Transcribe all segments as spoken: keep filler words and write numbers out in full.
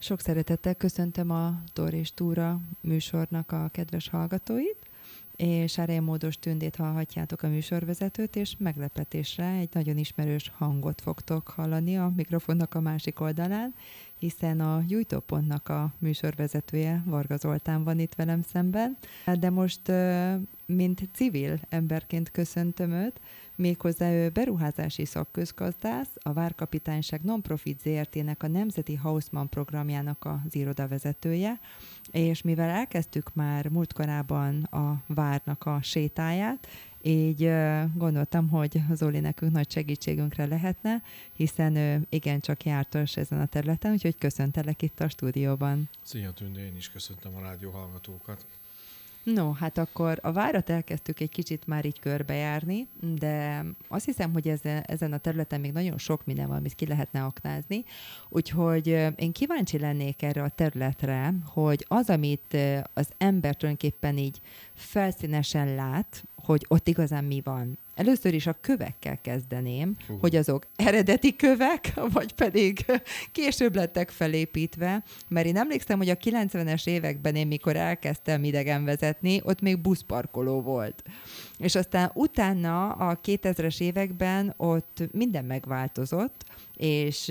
Sok szeretettel köszöntöm a Tor és Túra műsornak a kedves hallgatóit, és Árai Módos Tündét hallhatjátok, a műsorvezetőt, és meglepetésre egy nagyon ismerős hangot fogtok hallani a mikrofonnak a másik oldalán, hiszen a Gyújtópontnak a műsorvezetője, Varga Zoltán van itt velem szemben, de most mint civil emberként köszöntöm őt, méghozzá ő beruházási szakközgazdász, a Várkapitányság Non-Profit zé er té-nek a Nemzeti Hausmann programjának az irodavezetője, és mivel elkezdtük már múltkorában a Várnak a sétáját, így gondoltam, hogy Zoli nekünk nagy segítségünkre lehetne, hiszen ő igencsak jártas ezen a területen, úgyhogy köszöntelek itt a stúdióban. Szia Tünde, én is köszöntöm a rádió hallgatókat. No, hát akkor a Várat elkezdtük egy kicsit már így körbejárni, de azt hiszem, hogy ezen, ezen a területen még nagyon sok minden van, amit ki lehetne aknázni. Úgyhogy én kíváncsi lennék erre a területre, hogy az, amit az ember tulajdonképpen így felszínesen lát, hogy ott igazán mi van. Először is a kövekkel kezdeném, uh. hogy azok eredeti kövek, vagy pedig később lettek felépítve, mert én emlékszem, hogy a kilencvenes években én mikor elkezdtem idegen vezetni, ott még buszparkoló volt. És aztán utána a kétezres években ott minden megváltozott, és,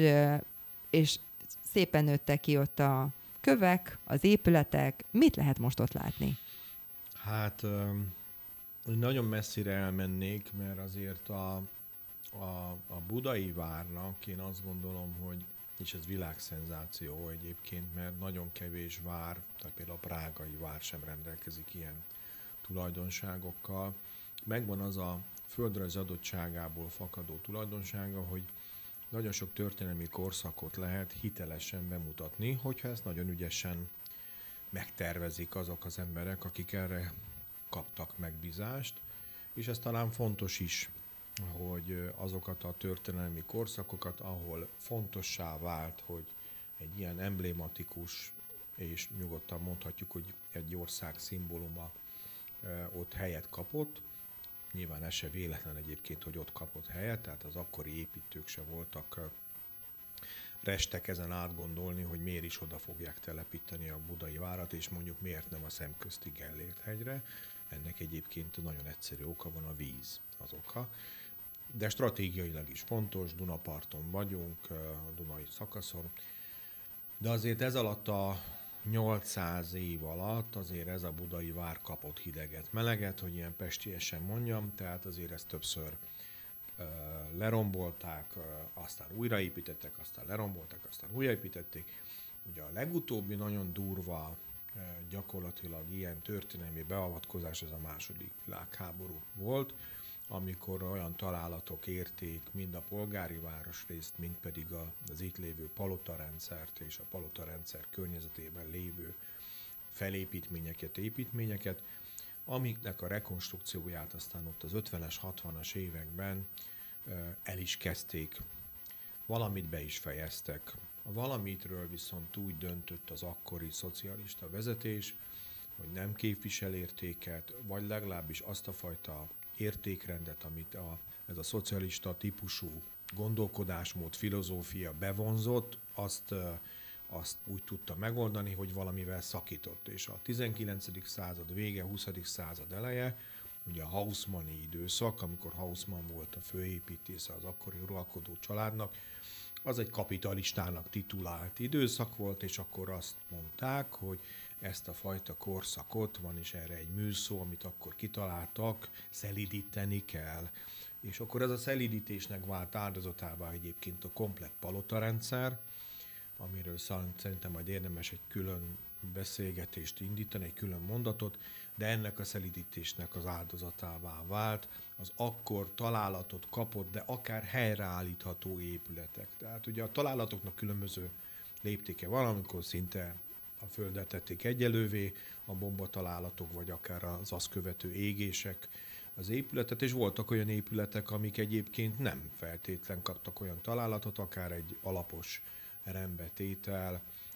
és szépen nőttek ki ott a kövek, az épületek. Mit lehet most ott látni? Hát... Um... Nagyon messzire elmennék, mert azért a, a, a budai várnak én azt gondolom, hogy, és ez világszenzáció egyébként, mert nagyon kevés vár, tehát például a prágai vár sem rendelkezik ilyen tulajdonságokkal. Megvan az a földrajz adottságából fakadó tulajdonsága, hogy nagyon sok történelmi korszakot lehet hitelesen bemutatni, hogyha ezt nagyon ügyesen megtervezik azok az emberek, akik erre kaptak megbízást, és ez talán fontos is, hogy azokat a történelmi korszakokat, ahol fontossá vált, hogy egy ilyen emblématikus, és nyugodtan mondhatjuk, hogy egy ország szimbóluma ott helyet kapott. Nyilván ez se véletlen egyébként, hogy ott kapott helyet, tehát az akkori építők se voltak restek ezen átgondolni, hogy miért is oda fogják telepíteni a budai várat, és mondjuk miért nem a szemközti Gellért hegyre. Ennek egyébként nagyon egyszerű oka van, a víz az oka. De stratégiailag is fontos, Dunaparton vagyunk, a Dunai szakaszon. De azért ez alatt a nyolcszáz év alatt azért ez a budai vár kapott hideget, meleget, hogy ilyen pestiesen mondjam, tehát azért ezt többször uh, lerombolták, uh, aztán újraépítettek, aztán lerombolták, aztán újraépítették. Ugye a legutóbbi nagyon durva gyakorlatilag ilyen történelmi beavatkozás, ez a második világháború volt, amikor olyan találatok érték mind a polgári városrészt, mind pedig az itt lévő palotarendszert és a palotarendszer környezetében lévő felépítményeket, építményeket, amiknek a rekonstrukcióját aztán ott az ötvenes, hatvanas években el is kezdték, valamit be is fejeztek. A valamitről viszont úgy döntött az akkori szocialista vezetés, hogy nem képvisel értéket, vagy legalábbis azt a fajta értékrendet, amit a, ez a szocialista típusú gondolkodásmód, filozófia bevonzott, azt, azt úgy tudta megoldani, hogy valamivel szakított. És a tizenkilencedik század vége, huszadik század eleje, ugye a Hausmanni időszak, amikor Hausmann volt a főépítésze az akkori uralkodó családnak, az egy kapitalistának titulált időszak volt, és akkor azt mondták, hogy ezt a fajta korszakot, van is erre egy műszó, amit akkor kitaláltak, szelídíteni kell. És akkor ez a szelídítésnek vált áldozatává egyébként a komplett palotarendszer, amiről szerintem majd érdemes egy külön beszélgetést indítani, egy külön mondatot, de ennek a szelídítésnek az áldozatává vált az akkor találatot kapott, de akár helyreállítható épületek. Tehát ugye a találatoknak különböző léptéke van, amikor szinte a földet tették egyelővé, a bombatalálatok, vagy akár az azt követő égések az épületet, és voltak olyan épületek, amik egyébként nem feltétlen kaptak olyan találatot, akár egy alapos rendbetétel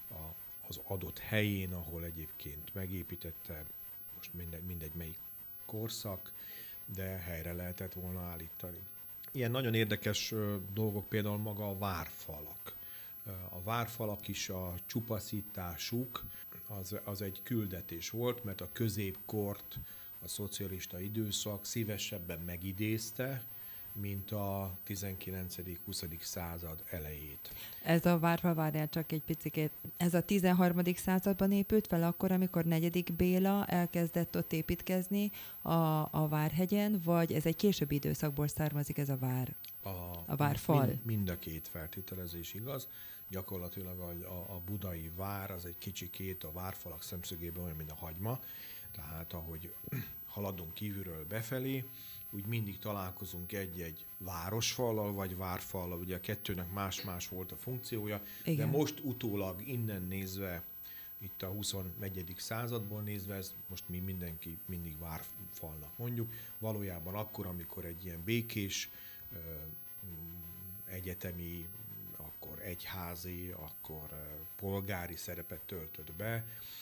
az adott helyén, ahol egyébként megépítette, most mindegy, mindegy melyik korszak, de helyre lehetett volna állítani. Ilyen nagyon érdekes dolgok például maga a várfalak. A várfalak is, a csupaszításuk az, az egy küldetés volt, mert a középkort a szocialista időszak szívesebben megidézte, mint a tizenkilencedik-huszadik század elejét. Ez a várfal, várjál csak egy picikét, ez a tizenharmadik században épült fel akkor, amikor negyedik Béla elkezdett ott építkezni a, a Várhegyen, vagy ez egy későbbi időszakból származik ez a vár, a, a várfal? Mind, mind a két feltételezés igaz. Gyakorlatilag a, a, a budai vár az egy kicsikét a várfalak szemszögéből olyan, mint a hagyma. Tehát ahogy haladunk kívülről befelé, úgy mindig találkozunk egy-egy városfallal, vagy várfallal, ugye a kettőnek más-más volt a funkciója, igen. De most utólag innen nézve, itt a huszonegyedik századból nézve, ez most mi mindenki mindig várfalnak mondjuk, valójában akkor, amikor egy ilyen békés, egyetemi, akkor egyházi, akkor polgári szerepet töltött be,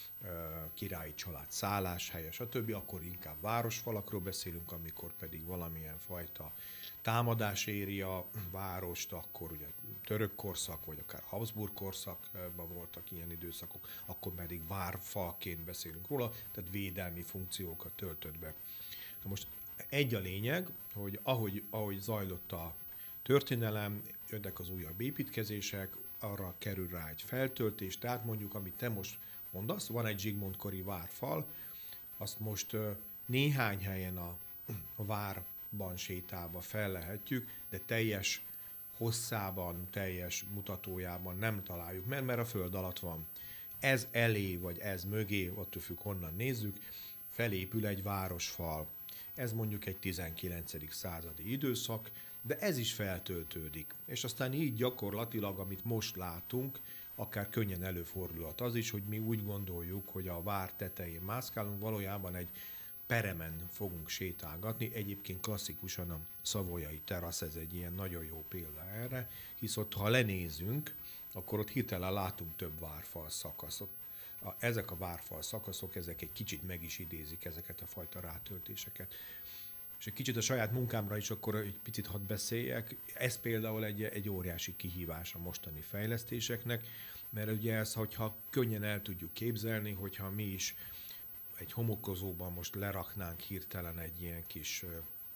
királyi család szálláshelye, stb., akkor inkább városfalakról beszélünk, amikor pedig valamilyen fajta támadás éri a várost, akkor ugye török korszak, vagy akár Habsburg korszakban voltak ilyen időszakok, akkor pedig várfalként beszélünk róla, tehát védelmi funkciókat töltött be. Na most egy a lényeg, hogy ahogy, ahogy zajlott a történelem, jöttek az újabb építkezések, arra kerül rá egy feltöltés, tehát mondjuk, amit te most mondasz, van egy Zsigmond-kori várfal, azt most néhány helyen a, a várban sétálva fellehetjük, de teljes hosszában, teljes mutatójában nem találjuk, mert, mert a föld alatt van. Ez elé, vagy ez mögé, attól függ, honnan nézzük, felépül egy városfal. Ez mondjuk egy tizenkilencedik századi időszak, de ez is feltöltődik. És aztán így gyakorlatilag, amit most látunk, akár könnyen előfordulhat az is, hogy mi úgy gondoljuk, hogy a vár tetején mászkálunk, valójában egy peremen fogunk sétálgatni. Egyébként klasszikusan a Savoyai terasz, ez egy ilyen nagyon jó példa erre, hisz ott, ha lenézünk, akkor ott hirtelen látunk több várfal szakaszot. A, ezek a várfal szakaszok, ezek egy kicsit meg is idézik ezeket a fajta rátöltéseket. És egy kicsit a saját munkámra is akkor egy picit hadd beszéljek. Ez például egy, egy óriási kihívás a mostani fejlesztéseknek, mert ugye ez, hogyha könnyen el tudjuk képzelni, hogyha mi is egy homokozóban most leraknánk hirtelen egy ilyen kis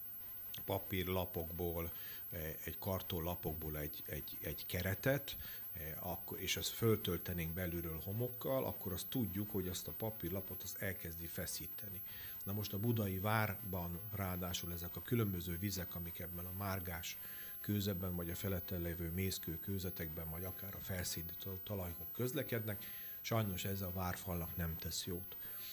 papírlapokból, egy kartonlapokból egy, egy, egy keretet, és ezt föltöltenénk belülről homokkal, akkor azt tudjuk, hogy azt a papírlapot azt elkezdi feszíteni. Na most a budai várban ráadásul ezek a különböző vizek, amik ebben a márgás kőzetben, vagy a feletten lévő mészkő kőzetekben, vagy akár a felszíni talajok közlekednek, sajnos ez a várfalnak nem tesz jót.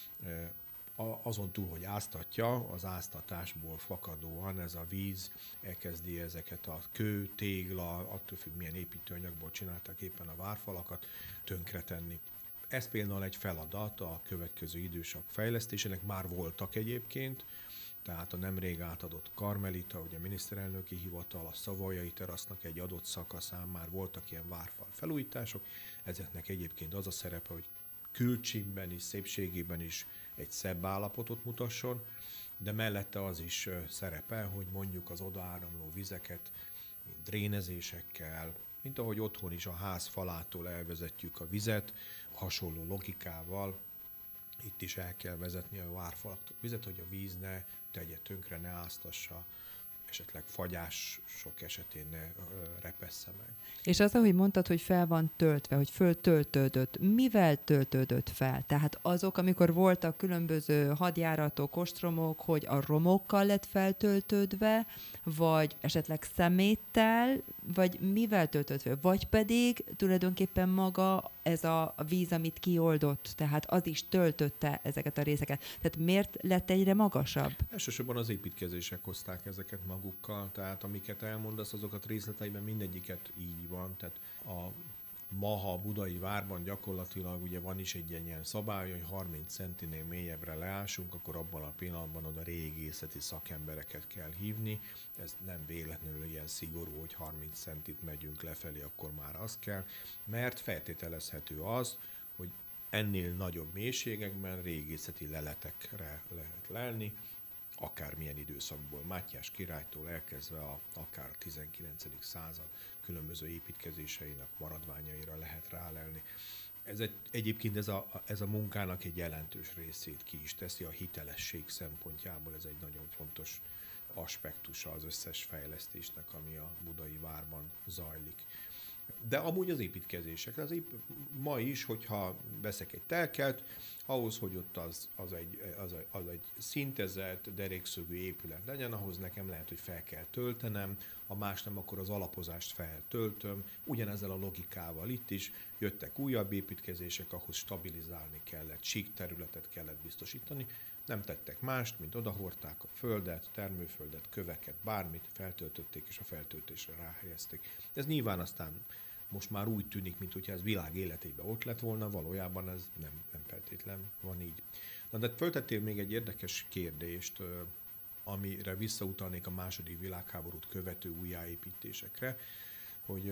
Azon túl, hogy áztatja, az áztatásból fakadóan ez a víz elkezdi ezeket a kő, tégla, attól függ, milyen építőanyagból csinálták éppen a várfalakat, tönkretenni. Ez például egy feladat a következő időszak fejlesztésének, már voltak egyébként, tehát a nemrég átadott Karmelita, ugye a miniszterelnöki hivatal, a Savoyai terasznak egy adott szakaszán már voltak ilyen várfal felújítások. Ezeknek egyébként az a szerepe, hogy külcsínben is, szépségében is egy szebb állapotot mutasson, de mellette az is szerepel, hogy mondjuk az odaáramló vizeket drénezésekkel, mint ahogy otthon is a ház falától elvezetjük a vizet, hasonló logikával, itt is el kell vezetni a várfalaktól vizet, hogy a víz ne tegye tönkre, ne áztassa, esetleg fagyások esetén ne repessze meg. És az, ahogy mondtad, hogy fel van töltve, hogy föltöltődött, mivel töltődött fel? Tehát azok, amikor voltak különböző hadjáratok, ostromok, hogy a romokkal lett feltöltődve, vagy esetleg szeméttel, vagy mivel töltött fel? Vagy pedig tulajdonképpen maga ez a víz, amit kioldott, tehát az is töltötte ezeket a részeket. Tehát miért lett egyre magasabb? Elsősorban az építkezések hozták ezeket magukkal, tehát amiket elmondasz, azokat részleteiben mindegyiket így van. Tehát a Maha a budai várban gyakorlatilag ugye van is egy ilyen szabály, hogy harminc centinél mélyebbre leásunk, akkor abban a pillanatban oda régészeti szakembereket kell hívni. Ez nem véletlenül ilyen szigorú, hogy harminc centit megyünk lefelé, akkor már az kell, mert feltételezhető az, hogy ennél nagyobb mélységekben régészeti leletekre lehet lelni, akármilyen időszakból, Mátyás királytól elkezdve a, akár a tizenkilencedik század különböző építkezéseinek maradványaira lehet rálelni. Ez egy, egyébként ez a, ez a munkának egy jelentős részét ki is teszi, a hitelesség szempontjából ez egy nagyon fontos aspektusa az összes fejlesztésnek, ami a Budai Várban zajlik. De amúgy az építkezések, az ép- ma is, hogyha veszek egy telket, ahhoz, hogy ott az, az, egy, az, az egy szintezett, derékszögű épület legyen, ahhoz nekem lehet, hogy fel kell töltenem, ha más nem, akkor az alapozást feltöltöm. Ugyanezzel a logikával itt is jöttek újabb építkezések, ahhoz stabilizálni kellett, sík területet kellett biztosítani. Nem tettek mást, mint odahordták a földet, termőföldet, köveket, bármit, feltöltötték és a feltöltésre ráhelyezték. Ez nyilván aztán most már úgy tűnik, mintha ez világ életében ott lett volna, valójában ez nem, nem feltétlen van így. Na, de föltettél még egy érdekes kérdést, amire visszautalnék a második világháborút követő újjáépítésekre, hogy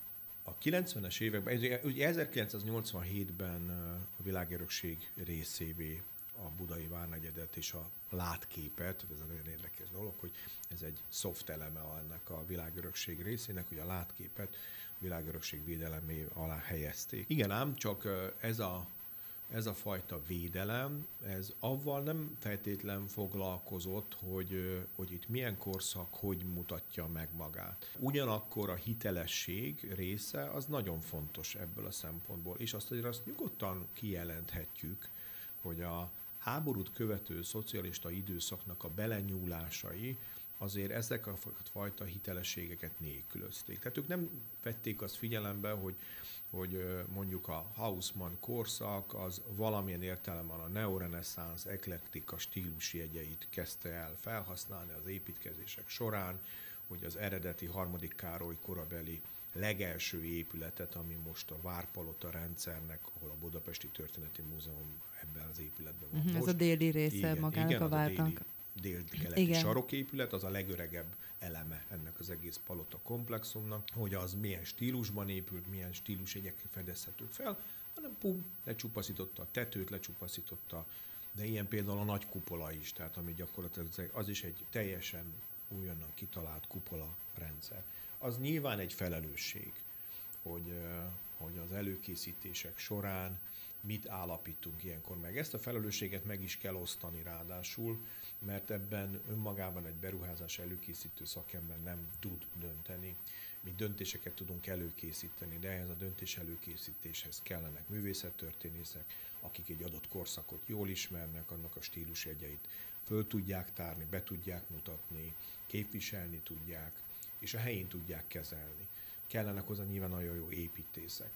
a kilencvenes években, ugye ezerkilencszáznyolcvanhétben a világörökség részévé a Budai Várnegyedet és a látképet, ez egy nagyon érdekes dolog, hogy ez egy szoft eleme ennek a világörökség részének, hogy a látképet a világörökség védelemé alá helyezték. Igen ám, csak ez a, ez a fajta védelem, ez avval nem feltétlen foglalkozott, hogy, hogy itt milyen korszak, hogy mutatja meg magát. Ugyanakkor a hitelesség része az nagyon fontos ebből a szempontból, és azt azért azt nyugodtan kijelenthetjük, hogy a háborút követő szocialista időszaknak a belenyúlásai azért ezek a fajta hitelességeket nélkülözték. Tehát ők nem vették azt figyelembe, hogy, hogy mondjuk a Haussmann korszak az valamilyen értelemben a neoreneszánsz, eklektika stílusjegyeit kezdte el felhasználni az építkezések során, hogy az eredeti harmadik Károly korabeli legelső épületet, ami most a Várpalota rendszernek, ahol a Budapesti Történeti Múzeum ebben az épületben van. Uh-huh, most. Ez a déli része igen, magának igen, a várnak. Dél-keleti saroképület, az a legöregebb eleme ennek az egész palota komplexumnak, hogy az milyen stílusban épült, milyen stílusjegyek fedezhetők fel, hanem pum, lecsupaszította a tetőt, lecsupaszította, de ilyen például a nagy kupola is, tehát ami gyakorlatilag az is egy teljesen újonnan kitalált kupola rendszer. Az nyilván egy felelősség, hogy, hogy az előkészítések során mit állapítunk ilyenkor meg. Ezt a felelősséget meg is kell osztani ráadásul, mert ebben önmagában egy beruházás előkészítő szakember nem tud dönteni. Mi döntéseket tudunk előkészíteni, de ehhez a döntés előkészítéshez kellenek művészettörténészek, akik egy adott korszakot jól ismernek, annak a stílusjegyeit föl tudják tárni, be tudják mutatni, képviselni tudják, és a helyén tudják kezelni. Kellenek hozzá nyilván nagyon jó építészek.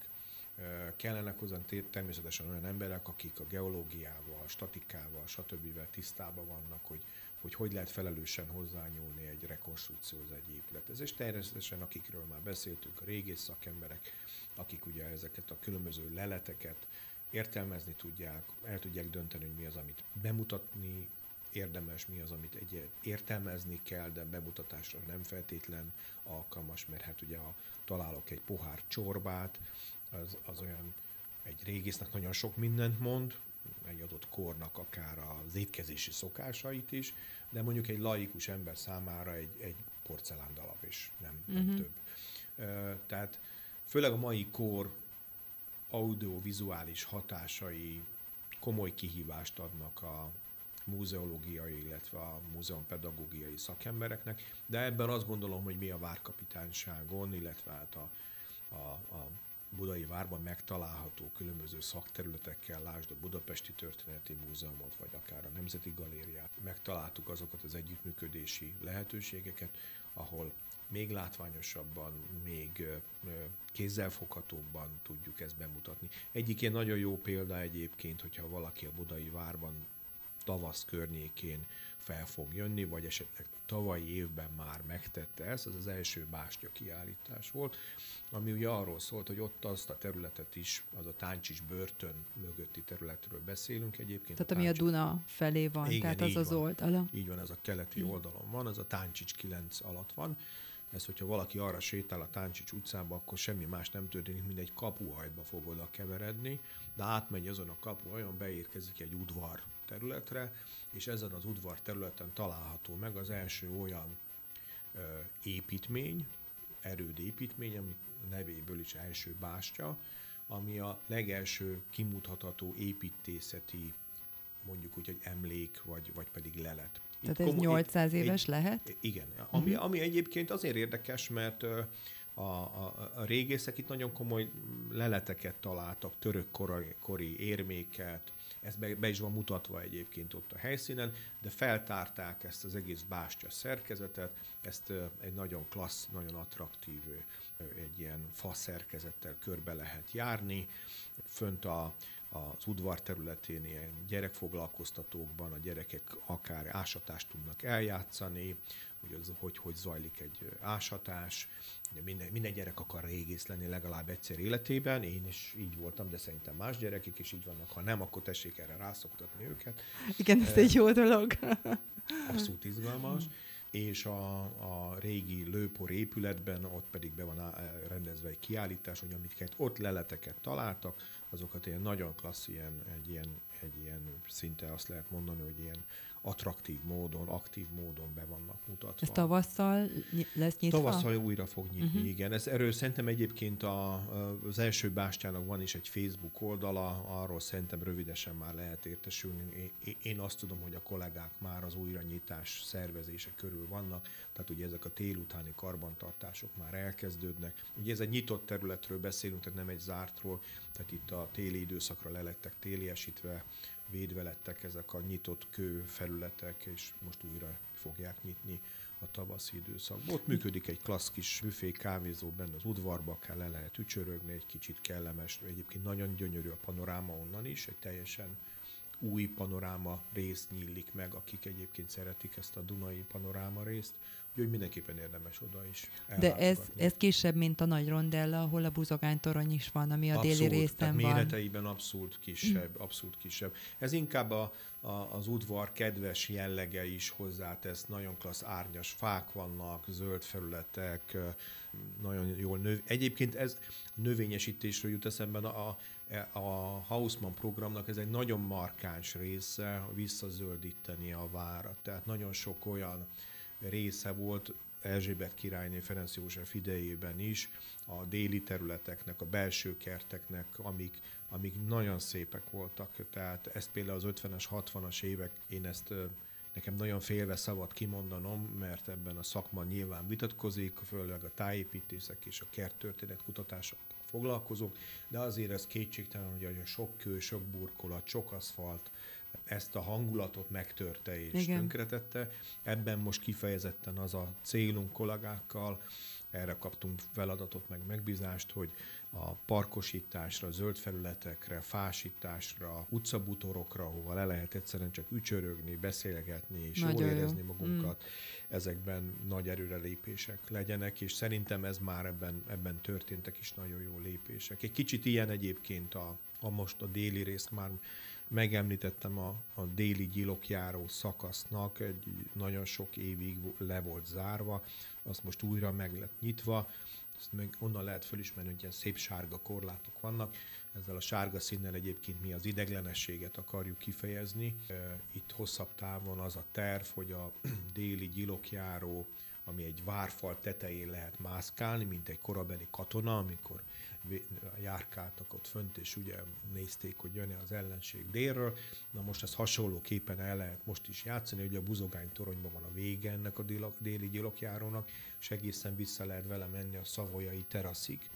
Kellenek hozzá természetesen olyan emberek, akik a geológiával, statikával, stb. Tisztában vannak, hogy, hogy hogy lehet felelősen hozzányúlni egy rekonstrukcióhoz, egy épülethez. És természetesen, akikről már beszéltünk, a régész szakemberek, akik ugye ezeket a különböző leleteket értelmezni tudják, el tudják dönteni, hogy mi az, amit bemutatni érdemes, mi az, amit egy értelmezni kell, de bemutatásra nem feltétlen alkalmas, mert hát ugye ha találok egy pohár csorbát, az, az olyan, egy régésznek nagyon sok mindent mond, egy adott kornak akár az étkezési szokásait is, de mondjuk egy laikus ember számára egy, egy porcelándalap is, nem, nem uh-huh. több. Tehát főleg a mai kor audiovizuális hatásai komoly kihívást adnak a múzeológiai, illetve a múzeumpedagógiai szakembereknek, de ebben azt gondolom, hogy mi a várkapitányságon, illetve hát a, a, a Budai Várban megtalálható különböző szakterületekkel, lásd a Budapesti Történeti Múzeumot, vagy akár a Nemzeti Galériát, megtaláltuk azokat az együttműködési lehetőségeket, ahol még látványosabban, még kézzelfoghatóbban tudjuk ezt bemutatni. Egyik ilyen nagyon jó példa egyébként, hogyha valaki a Budai Várban tavasz környékén fel fog jönni, vagy esetleg tavalyi évben már megtette ezt, az az első bástya kiállítás volt, ami ugye arról szólt, hogy ott azt a területet is, az a Táncsics börtön mögötti területről beszélünk egyébként. Tehát a ami Táncsics... a Duna felé van, igen, tehát az az van. oldala. Így van, ez a keleti hmm. oldalon van, az a Táncsics kilenc alatt van. Ez, hogyha valaki arra sétál a Táncsics utcába, akkor semmi más nem történik, mint egy kapuhajba fog oda keveredni, de átmegy azon a kapuhajon, beérkezik egy udvar területre, és ezen az udvar területen található meg az első olyan ö, építmény, erőd építmény, ami nevéből is első bástya, ami a legelső kimutatható építészeti, mondjuk úgy, hogy emlék, vagy, vagy pedig lelet. Itt Tehát ez komoly, nyolcszáz éves egy, lehet? Igen. Ami, uh-huh. ami egyébként azért érdekes, mert a, a, a régészek itt nagyon komoly leleteket találtak, török kori, kori érméket, ez be, be is van mutatva egyébként ott a helyszínen, de feltárták ezt az egész bástya szerkezetet, ezt egy nagyon klassz, nagyon attraktív, egy ilyen fa szerkezettel körbe lehet járni. Fönt a, az udvar területén ilyen gyerekfoglalkoztatókban a gyerekek akár ásatást tudnak eljátszani, hogy, az, hogy, hogy zajlik egy ásatás. Minden, minden gyerek akar régész lenni legalább egyszer életében, én is így voltam, de szerintem más gyerekek is így vannak, ha nem, akkor tessék erre rászoktatni őket. Igen, ez e, egy jó dolog. Abszolút izgalmas. És a, a régi lőpor épületben ott pedig be van rendezve egy kiállítás, hogy amiket ott leleteket találtak, azokat ilyen nagyon klassz, ilyen, egy, ilyen, egy ilyen szinte azt lehet mondani, hogy ilyen attraktív módon, aktív módon be vannak mutatva. Ez tavasszal lesz nyitva? Tavasszal újra fog nyitni, uh-huh. igen. Ez, erről szerintem egyébként a, az első bástyának van is egy Facebook oldala, arról szerintem rövidesen már lehet értesülni. Én, én azt tudom, hogy a kollégák már az újranyitás szervezése körül vannak, tehát ugye ezek a télutáni karbantartások már elkezdődnek. Ugye ez egy nyitott területről beszélünk, tehát nem egy zártról, tehát itt a téli időszakra le lettek téliesítve, védve lettek ezek a nyitott kő felületek, és most újra fogják nyitni a tavaszi időszakban. Ott működik egy klassz kis büfé, kávézó benne az udvarba, akár le lehet ücsörögni, egy kicsit kellemes, egyébként nagyon gyönyörű a panoráma onnan is, egy teljesen új panoráma rész nyílik meg, akik egyébként szeretik ezt a Dunai panoráma részt, úgyhogy mindenképpen érdemes oda is ellátogatni. De ez, ez kisebb, mint a Nagy Rondella, ahol a Buzogánytorony is van, ami a abszolút, déli részen van. Méreteiben abszolút kisebb, mm. abszolút kisebb. Ez inkább a, a, az udvar kedves jellege is hozzátesz, nagyon klassz árnyas fák vannak, zöld felületek, nagyon jól növ. Egyébként ez növényesítésről jut eszemben a, a Haussmann programnak, ez egy nagyon markáns része, visszazöldíteni a várat. Tehát nagyon sok olyan része volt Erzsébet királyné, Ferenc József idejében is, a déli területeknek, a belső kerteknek, amik, amik nagyon szépek voltak. Tehát ezt például az ötvenes, hatvanas évek, én ezt nekem nagyon félve szabad kimondanom, mert ebben a szakma nyilván vitatkozik, főleg a tájépítészek és a kerttörténet kutatások foglalkozók, de azért ez kétségtelen, hogy a sok kő, sok burkolat, sok aszfalt, ezt a hangulatot megtörte és igen. tönkretette. Ebben most kifejezetten az a célunk kollégákkal, erre kaptunk feladatot, meg megbízást, hogy a parkosításra, zöld felületekre, fásításra, utcabútorokra, ahova le lehet egyszerűen csak ücsörögni, beszélgetni és nagyon jól érezni jó. magunkat, mm. ezekben nagy erőrelépések legyenek, és szerintem ez már ebben, ebben történtek is nagyon jó lépések. Egy kicsit ilyen egyébként a, a most a déli részt már megemlítettem a, a déli gyilokjáró szakasznak, egy nagyon sok évig le volt zárva, azt most újra meg lett nyitva, ezt meg onnan lehet fölismerni, hogy ilyen szép sárga korlátok vannak. Ezzel a sárga színnel egyébként mi az ideglenességet akarjuk kifejezni. Itt hosszabb távon az a terv, hogy a déli gyilokjáró, ami egy várfal tetején lehet mászkálni, mint egy korabeli katona, amikor járkáltak ott fönt, és ugye nézték, hogy jön-e az ellenség délről. Na most ezt hasonlóképpen el lehet most is játszani, hogy a Buzogánytoronyban van a vége ennek a déli gyilokjárónak, és egészen vissza lehet vele menni a szavoyai teraszig.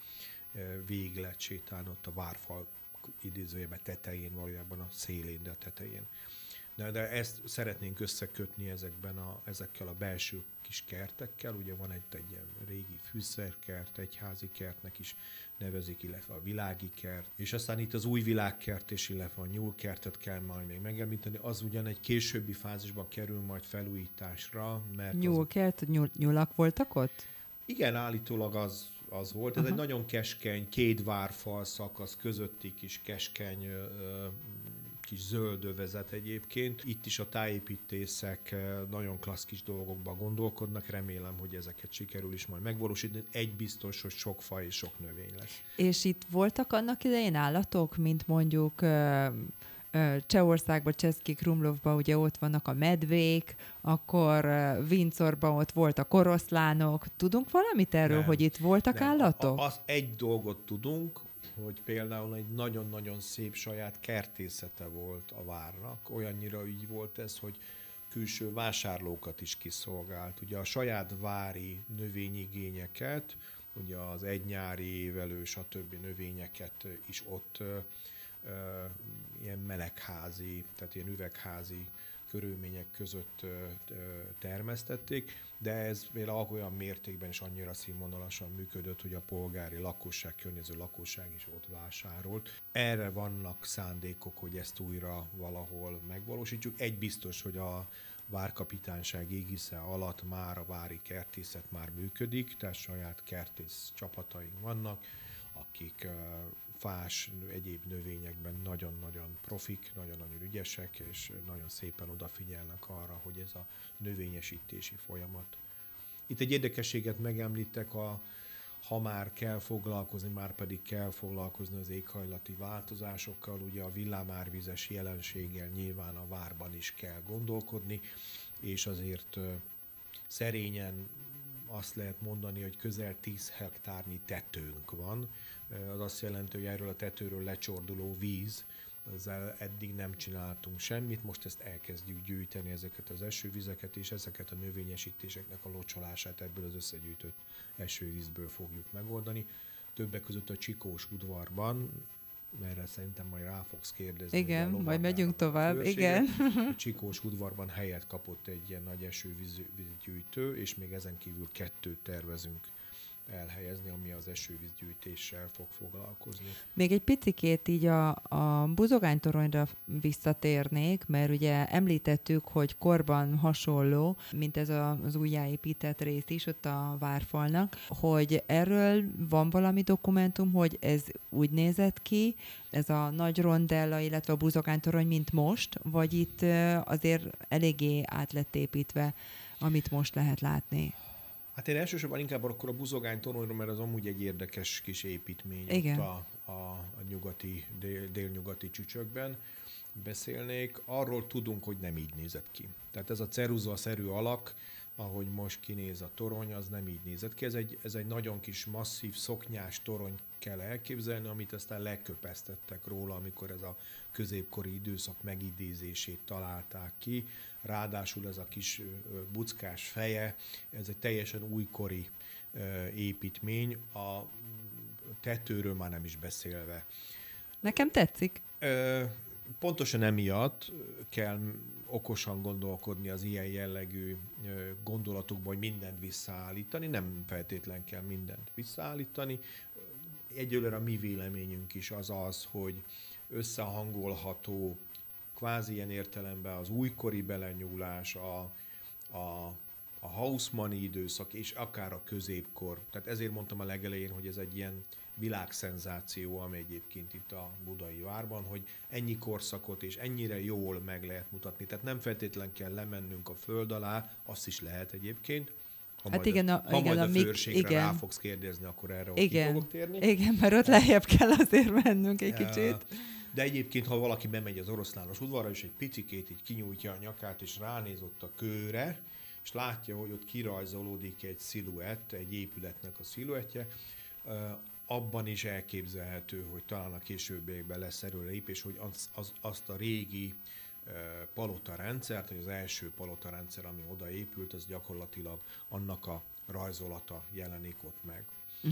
Végig lehet sétálni ott a várfal idézőjében tetején, valójában a szélén, de a tetején. De, de ezt szeretnénk összekötni ezekben a, ezekkel a belső kis kertekkel. Ugye van egy, egy ilyen régi fűszerkert, egyházi kertnek is nevezik, illetve a világi kert. És aztán itt az új világkert és illetve a nyúlkertet kell majd még megemlíteni. Az ugyan egy későbbi fázisban kerül majd felújításra. Mert nyúlkert, az... nyúl, nyúlak voltak ott? Igen, állítólag az, az volt. Ez Aha. egy nagyon keskeny, két várfal szakasz közötti kis keskeny ö, kis zöld övezet egyébként. Itt is a tájépítészek nagyon klassz kis dolgokban gondolkodnak, remélem, hogy ezeket sikerül is majd megvalósítani. Egy biztos, hogy sok faj és sok növény lesz. És itt voltak annak idején állatok, mint mondjuk Csehországban, Český Krumlovban ugye ott vannak a medvék, akkor Windsorban ott volt a koroszlánok. Tudunk valamit erről, nem, hogy itt voltak nem. állatok? A, az egy dolgot tudunk, hogy például egy nagyon-nagyon szép saját kertészete volt a várnak. Olyannyira így volt ez, hogy külső vásárlókat is kiszolgált. Ugye a saját vári növényigényeket, ugye az egynyári, évelő, stb. Növényeket is ott ö, ö, ilyen melegházi, tehát ilyen üvegházi körülmények között ö, ö, termesztették, de ez például olyan mértékben és annyira színvonalasan működött, hogy a polgári lakosság, környező lakosság is ott vásárolt. Erre vannak szándékok, hogy ezt újra valahol megvalósítsuk. Egy biztos, hogy a várkapitányság égisze alatt már a vári kertészet már működik, tehát saját kertész csapataink vannak, akik fás, egyéb növényekben nagyon-nagyon profik, nagyon-nagyon ügyesek, és nagyon szépen odafigyelnek arra, hogy ez a növényesítési folyamat. Itt egy érdekességet megemlítek, a, ha már kell foglalkozni, már pedig kell foglalkozni az éghajlati változásokkal, ugye a villámárvizes jelenséggel nyilván a várban is kell gondolkodni, és azért szerényen azt lehet mondani, hogy közel tíz hektárnyi tetőnk van. Az azt jelenti, hogy erről a tetőről lecsorduló víz, ezzel eddig nem csináltunk semmit, most ezt elkezdjük gyűjteni, ezeket az esővizeket, és ezeket a növényesítéseknek a locsolását ebből az összegyűjtött esővízből fogjuk megoldani. Többek között a Csikós udvarban, erre szerintem majd rá fogsz kérdezni. Igen, majd megyünk tovább, igen. A Csikós udvarban helyet kapott egy ilyen nagy esővízgyűjtő, és még ezen kívül kettőt tervezünk elhelyezni, ami az esővízgyűjtéssel fog foglalkozni. Még egy picikét így a, a buzogánytoronyra visszatérnék, mert ugye említettük, hogy korban hasonló, mint ez a, az újjáépített rész is ott a várfalnak, hogy erről van valami dokumentum, hogy ez úgy nézett ki, ez a nagy rondella, illetve a buzogánytorony, mint most, vagy itt azért eléggé át lett építve, amit most lehet látni? Hát én elsősorban inkább akkor a buzogánytoronyról, mert az amúgy egy érdekes kis építmény. Igen. Ott a, a, a nyugati, dél, délnyugati csücsökben beszélnék. Arról tudunk, hogy nem így nézett ki. Tehát ez a ceruza-szerű alak, ahogy most kinéz a torony, az nem így nézett ki. Ez egy, ez egy nagyon kis masszív, szoknyás torony kell elképzelni, amit aztán leköpesztettek róla, amikor ez a középkori időszak megidézését találták ki. Ráadásul ez a kis buckás feje, ez egy teljesen újkori építmény, a tetőről már nem is beszélve. Nekem tetszik. Pontosan emiatt kell okosan gondolkodni az ilyen jellegű gondolatokban, hogy mindent visszaállítani. Nem feltétlen kell mindent visszaállítani. Egyelőre a mi véleményünk is az az, hogy összehangolható, kvázi ilyen értelemben az újkori belenyúlás, a, a, a Haussmanni időszak és akár a középkor. Tehát ezért mondtam a legelején, hogy ez egy ilyen világszenzáció, ami egyébként itt a budai várban, hogy ennyi korszakot és ennyire jól meg lehet mutatni. Tehát nem feltétlen kell lemennünk a föld alá, azt is lehet egyébként. Ha hát majd igen, a, a, ha igen, majd a, a főrségre igen. rá fogsz kérdezni, akkor erre igen. ki fogok térni. Igen, mert ott lejjebb kell azért mennünk egy kicsit. De egyébként, ha valaki bemegy az oroszlános udvarra, és egy picikét így kinyújtja a nyakát, és ránéz ott a kőre, és látja, hogy ott kirajzolódik egy sziluett, egy épületnek a sziluettje, abban is elképzelhető, hogy talán a későbbiekben lesz erről lépés, hogy az, az, azt a régi palota rendszert, vagy az első palota rendszer, ami oda épült, az gyakorlatilag annak a rajzolata jelenik ott meg.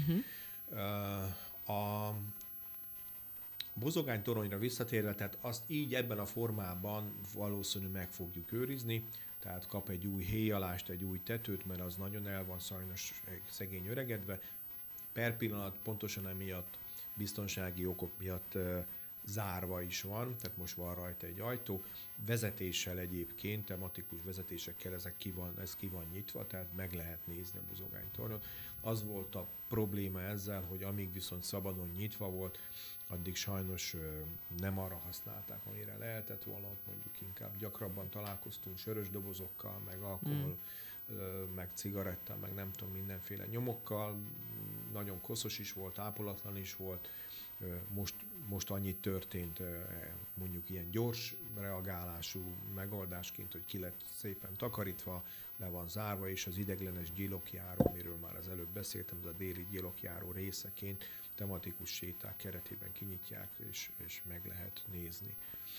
Uh-huh. A buzogánytoronyra visszatérve, tehát azt így ebben a formában valószínű meg fogjuk őrizni, tehát kap egy új héjalást, egy új tetőt, mert az nagyon el van sajnos szegény öregedve. Per pillanat pontosan emiatt, biztonsági okok miatt uh, zárva is van, tehát most van rajta egy ajtó. Vezetéssel egyébként, tematikus vezetésekkel ezek ki van, ez ki van nyitva, tehát meg lehet nézni a buzogánytornyot. Az volt a probléma ezzel, hogy amíg viszont szabadon nyitva volt, addig sajnos uh, nem arra használták, amire lehetett volna, mondjuk inkább gyakrabban találkoztunk sörös dobozokkal, meg alkohol, mm. uh, meg cigaretta, meg nem tudom, mindenféle nyomokkal. Nagyon koszos is volt, ápolatlan is volt, most, most annyit történt mondjuk ilyen gyors reagálású megoldásként, hogy ki lett szépen takarítva, le van zárva, és az ideiglenes gyilokjáró, amiről már az előbb beszéltem, az a déli gyilokjáró részeként tematikus séták keretében kinyitják, és, és meg lehet nézni.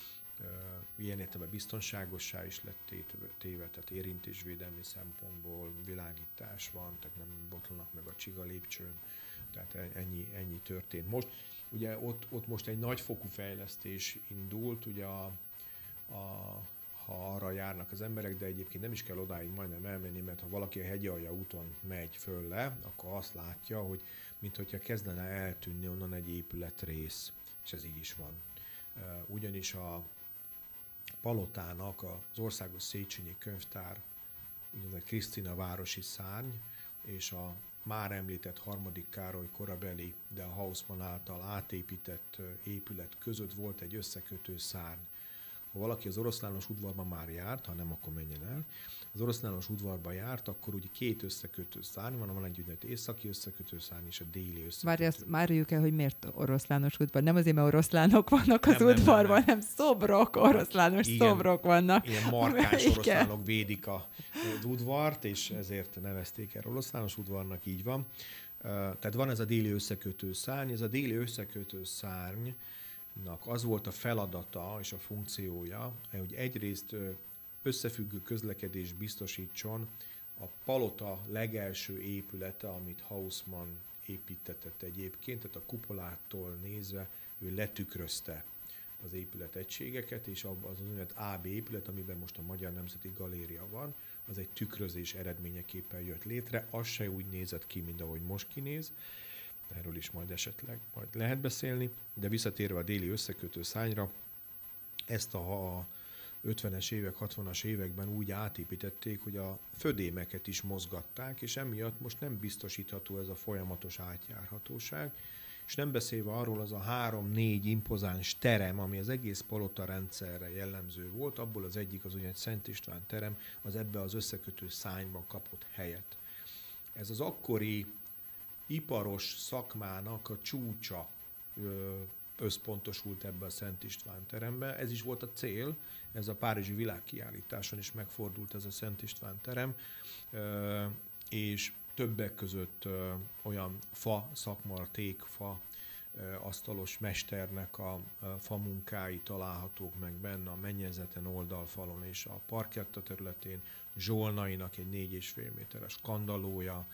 Ilyen értelemben biztonságossá is lett téve, tehát érintésvédelmi szempontból világítás van, tehát nem botlanak meg a csiga lépcsőn, tehát ennyi, ennyi történt. Most ugye ott, ott most egy nagyfokú fejlesztés indult, ugye a, a, ha arra járnak az emberek, de egyébként nem is kell odáig majdnem elmenni, mert ha valaki a hegyalja úton megy föl le, akkor azt látja, hogy minthogyha kezdene eltűnni onnan egy épületrész, és ez így is van. Ugyanis a Palotának az Országos Széchenyi Könyvtár, úgynevezett Krisztina városi szárny, és a már említett harmadik Károly korabeli, de a Haussmann által átépített épület között volt egy összekötő szárny. Ha valaki az Oroszlános udvarban már járt, ha nem, akkor menjen el. Az Oroszlános udvarban járt, akkor ugye két összekötő szárny van, van egy úgynevezett északi összekötő szárny és a déli összekötő. Várj, azt márjuk el, hogy miért oroszlános udvar. Nem azért, mert oroszlánok vannak az nem, udvarban, nem, nem. hanem szobrok, oroszlános igen, szobrok vannak. Ilyen markáns oroszlánok védik a, az udvart, és ezért nevezték el oroszlános udvarnak, így van. Tehát van ez a déli összekötő szárny, ez a déli összekötő szárny az volt a feladata és a funkciója, hogy egyrészt összefüggő közlekedés biztosítson a palota legelső épülete, amit Haussmann építetett egyébként, tehát a kupolától nézve ő letükrözte az épületegységeket, és az az úgynevezett á bé épület, amiben most a Magyar Nemzeti Galéria van, az egy tükrözés eredményeképpen jött létre, az se úgy nézett ki, mint ahogy most kinéz. Erről is majd esetleg majd lehet beszélni, de visszatérve a déli összekötő szárnyra, ezt a ötvenes évek, hatvanas években úgy átépítették, hogy a födémeket is mozgatták, és emiatt most nem biztosítható ez a folyamatos átjárhatóság, és nem beszélve arról az a három-négy impozáns terem, ami az egész palota rendszerre jellemző volt, abból az egyik az úgynevezett Szent István terem, az ebbe az összekötő szárnyban kapott helyet. Ez az akkori iparos szakmának a csúcsa összpontosult ebbe a Szent István terembe. Ez is volt a cél, ez a Párizsi Világkiállításon is megfordult ez a Szent István terem, és többek között olyan fa szakmarték, fa asztalos mesternek a fa munkái találhatók meg benne a mennyezeten, oldalfalon és a parketta területén, Zsolnainak egy négy és fél méteres kandallója,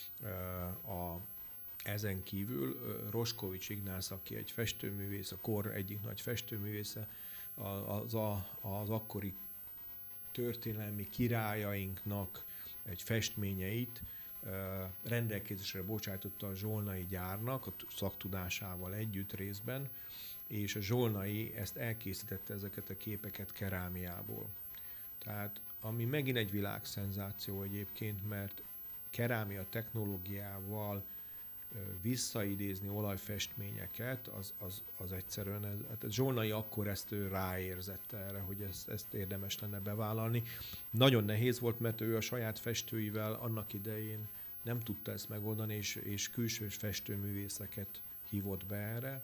a ezen kívül Roskovics Ignász, aki egy festőművész, a kor egyik nagy festőművésze, az, a, az akkori történelmi királyainknak egy festményeit rendelkezésre bocsájtotta a zsolnai gyárnak, a szaktudásával együtt részben, és a zsolnai ezt elkészítette, ezeket a képeket kerámiából. Tehát ami megint egy világszenzáció egyébként, mert kerámia technológiával visszaidézni olajfestményeket, az, az, az egyszerűen, ez, hát Zsolnai akkor ezt ő ráérzett erre, hogy ezt, ezt érdemes lenne bevállalni. Nagyon nehéz volt, mert ő a saját festőivel annak idején nem tudta ezt megoldani, és, és külsős festőművészeket hívott be erre,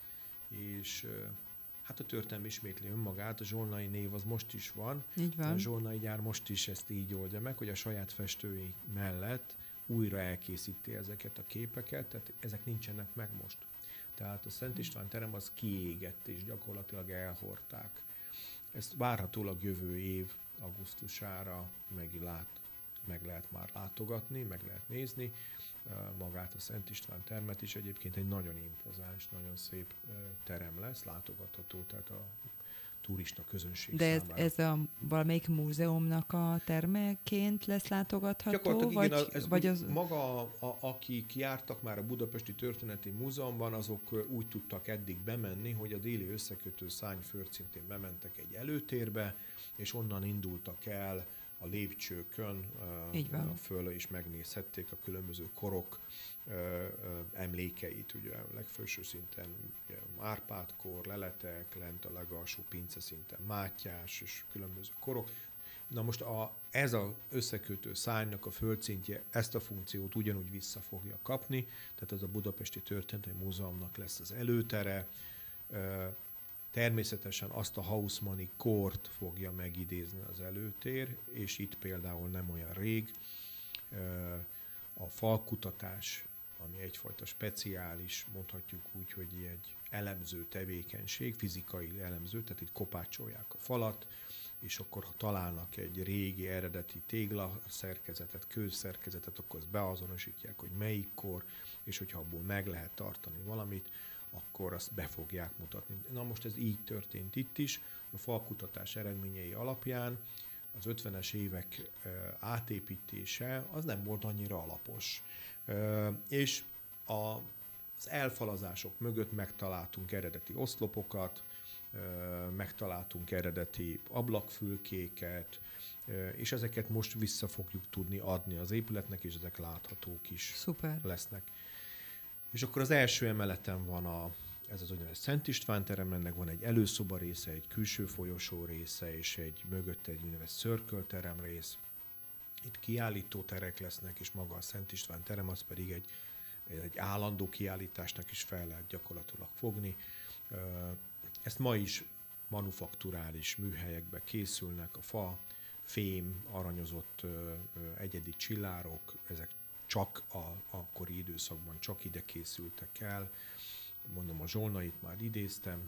és hát a történelem ismétli önmagát, a Zsolnai név az most is van. Így van. A Zsolnai gyár most is ezt így oldja meg, hogy a saját festői mellett újra elkészíti ezeket a képeket, tehát ezek nincsenek meg most. Tehát a Szent István terem az kiégett, és gyakorlatilag elhordták. Ezt várhatólag jövő év augusztusára meg, lát, meg lehet már látogatni, meg lehet nézni. Magát a Szent István termet is egyébként egy nagyon impozáns, nagyon szép terem lesz, látogatható, tehát a turista közönség De ez, számára. ez a valamelyik múzeumnak a termeként lesz látogatható? Gyakorlatilag vagy, igen, ez vagy úgy, az... maga, a, akik jártak már a Budapesti Történeti Múzeumban, azok úgy tudtak eddig bemenni, hogy a déli összekötő szárny földszintén bementek egy előtérbe, és onnan indultak el a lépcsőkön uh, föl, és megnézhették a különböző korok uh, uh, emlékeit, ugye a legfelső szinten ugye, Árpád-kor, leletek, lent a legalsó pince szinten Mátyás, és különböző korok. Na most a, ez az összekötő szárnynak a földszintje ezt a funkciót ugyanúgy vissza fogja kapni, tehát ez a Budapesti Történelmi Múzeumnak lesz az előtere. Természetesen azt a Haussmanni kort fogja megidézni az előtér, és itt például nem olyan rég a falkutatás, ami egyfajta speciális, mondhatjuk úgy, hogy egy elemző tevékenység, fizikai elemző, tehát itt kopácsolják a falat, és akkor ha találnak egy régi, eredeti téglaszerkezetet, kőszerkezetet, akkor azt beazonosítják, hogy melyik kor, és hogyha abból meg lehet tartani valamit, akkor azt be fogják mutatni. Na most ez így történt itt is, a falkutatás eredményei alapján az ötvenes évek átépítése az nem volt annyira alapos. És az elfalazások mögött megtaláltunk eredeti oszlopokat, megtaláltunk eredeti ablakfülkéket, és ezeket most vissza fogjuk tudni adni az épületnek, és ezek láthatók is Szuper. lesznek. És akkor az első emeleten van a, ez az úgynevezett Szent István terem, ennek van egy előszoba része, egy külső folyosó része, és egy mögötte egy úgynevezett szörkölterem rész. Itt kiállítóterek lesznek, és maga a Szent István terem, az pedig egy, egy állandó kiállításnak is fel lehet gyakorlatilag fogni. Ezt ma is manufakturális műhelyekbe készülnek, a fa, fém, aranyozott egyedi csillárok, ezek csak a akkori időszakban csak ide készültek el. Mondom, a zsolnait már idéztem.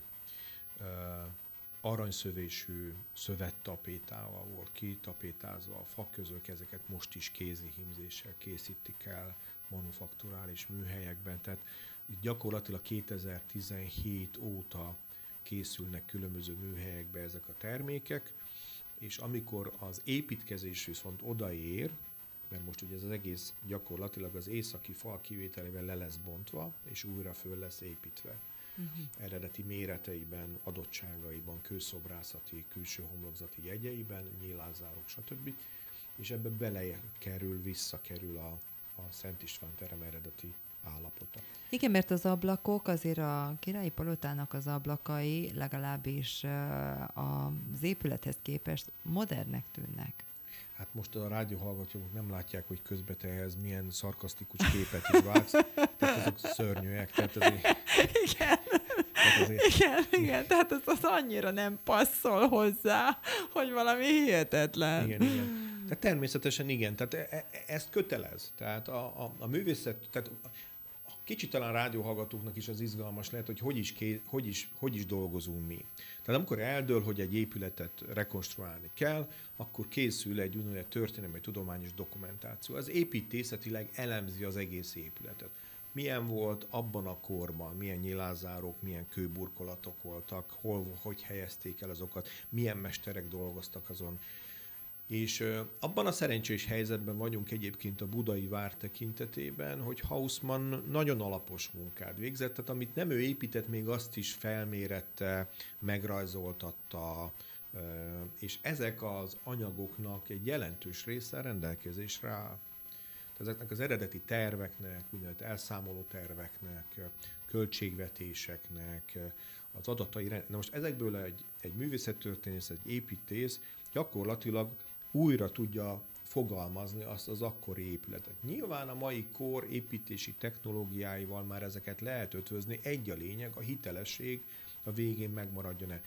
Aranyszövésű szövettapétával volt kitapétázva a faközök, ezeket most is kézi hímzéssel készítik el manufakturális műhelyekben. Tehát itt gyakorlatilag kétezer-tizenhét óta készülnek különböző műhelyekbe ezek a termékek, és amikor az építkezés viszont odaér, mert most ugye ez az egész gyakorlatilag az északi fal kivételével le lesz bontva, és újra föl lesz építve. Uh-huh. Eredeti méreteiben, adottságaiban, kőszobrászati, külső homlokzati jegyeiben, nyílászárok, stb. És ebbe belekerül, visszakerül a, a Szent István terem eredeti állapota. Igen, mert az ablakok, azért a Királyi Palotának az ablakai legalábbis az épülethez képest modernek tűnnek. Hát most a rádióhallgatók nem látják, hogy közben te ehhez milyen szarkasztikus képet is vágsz. Tehát azok szörnyűek. Tehát azért, igen. Tehát azért, igen, igen. Tehát az, az annyira nem passzol hozzá, hogy valami hihetetlen. Igen, igen. Tehát természetesen igen. Tehát e- e- ezt kötelez. Tehát a, a, a művészet, tehát kicsit talán rádióhallgatóknak is az izgalmas lehet, hogy hogy is, ké, hogy, is, hogy is dolgozunk mi. Tehát amikor eldől, hogy egy épületet rekonstruálni kell, akkor készül egy úgynevezett történelmi tudományos dokumentáció. Az építészetileg elemzi az egész épületet. Milyen volt abban a korban, milyen nyilázzárok, milyen kőburkolatok voltak, hol, hogy helyezték el azokat, milyen mesterek dolgoztak azon. És ö, abban a szerencsés helyzetben vagyunk egyébként a budai vár tekintetében, hogy Haussmann nagyon alapos munkát végzett, tehát amit nem ő épített, még azt is felmérette, megrajzoltatta, ö, és ezek az anyagoknak egy jelentős része rendelkezésre áll. Ezeknek az eredeti terveknek, úgynevezett elszámoló terveknek, költségvetéseknek, az adatai, na most ezekből egy, egy művészettörténész, egy építész gyakorlatilag újra tudja fogalmazni azt az akkori épületet. Nyilván a mai kor építési technológiáival már ezeket lehet ötvözni, egy a lényeg, a hitelesség a végén megmaradjon-e.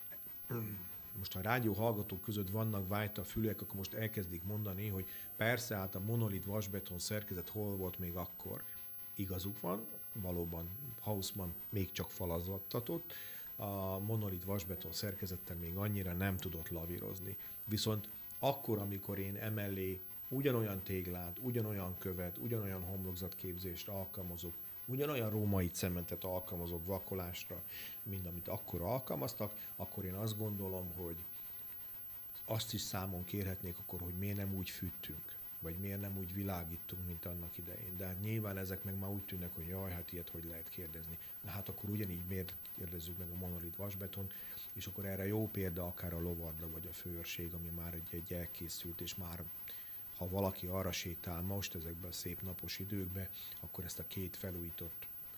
Most ha a rádió hallgatók között vannak vájta fülek, akkor most elkezdik mondani, hogy persze, hát a monolit vasbeton szerkezet hol volt még akkor. Igazuk van, valóban Haussmann még csak falazzattatott, a monolit vasbeton szerkezettel még annyira nem tudott lavírozni. Viszont akkor, amikor én emellé ugyanolyan téglát, ugyanolyan követ, ugyanolyan homlokzatképzést alkalmazok, ugyanolyan római cementet alkalmazok vakolásra, mint amit akkor alkalmaztak, akkor én azt gondolom, hogy azt is számon kérhetnék akkor, hogy miért nem úgy fűtünk, vagy miért nem úgy világítunk, mint annak idején. De hát nyilván ezek meg már úgy tűnnek, hogy jaj, hát ilyet hogy lehet kérdezni. Na hát akkor ugyanígy miért kérdezzük meg a monolit vasbeton, és akkor erre jó példa akár a Lovarda vagy a Főőrség, ami már egy, egy elkészült, és már ha valaki arra sétál most ezekben a szép napos időkben, akkor ezt a két felújított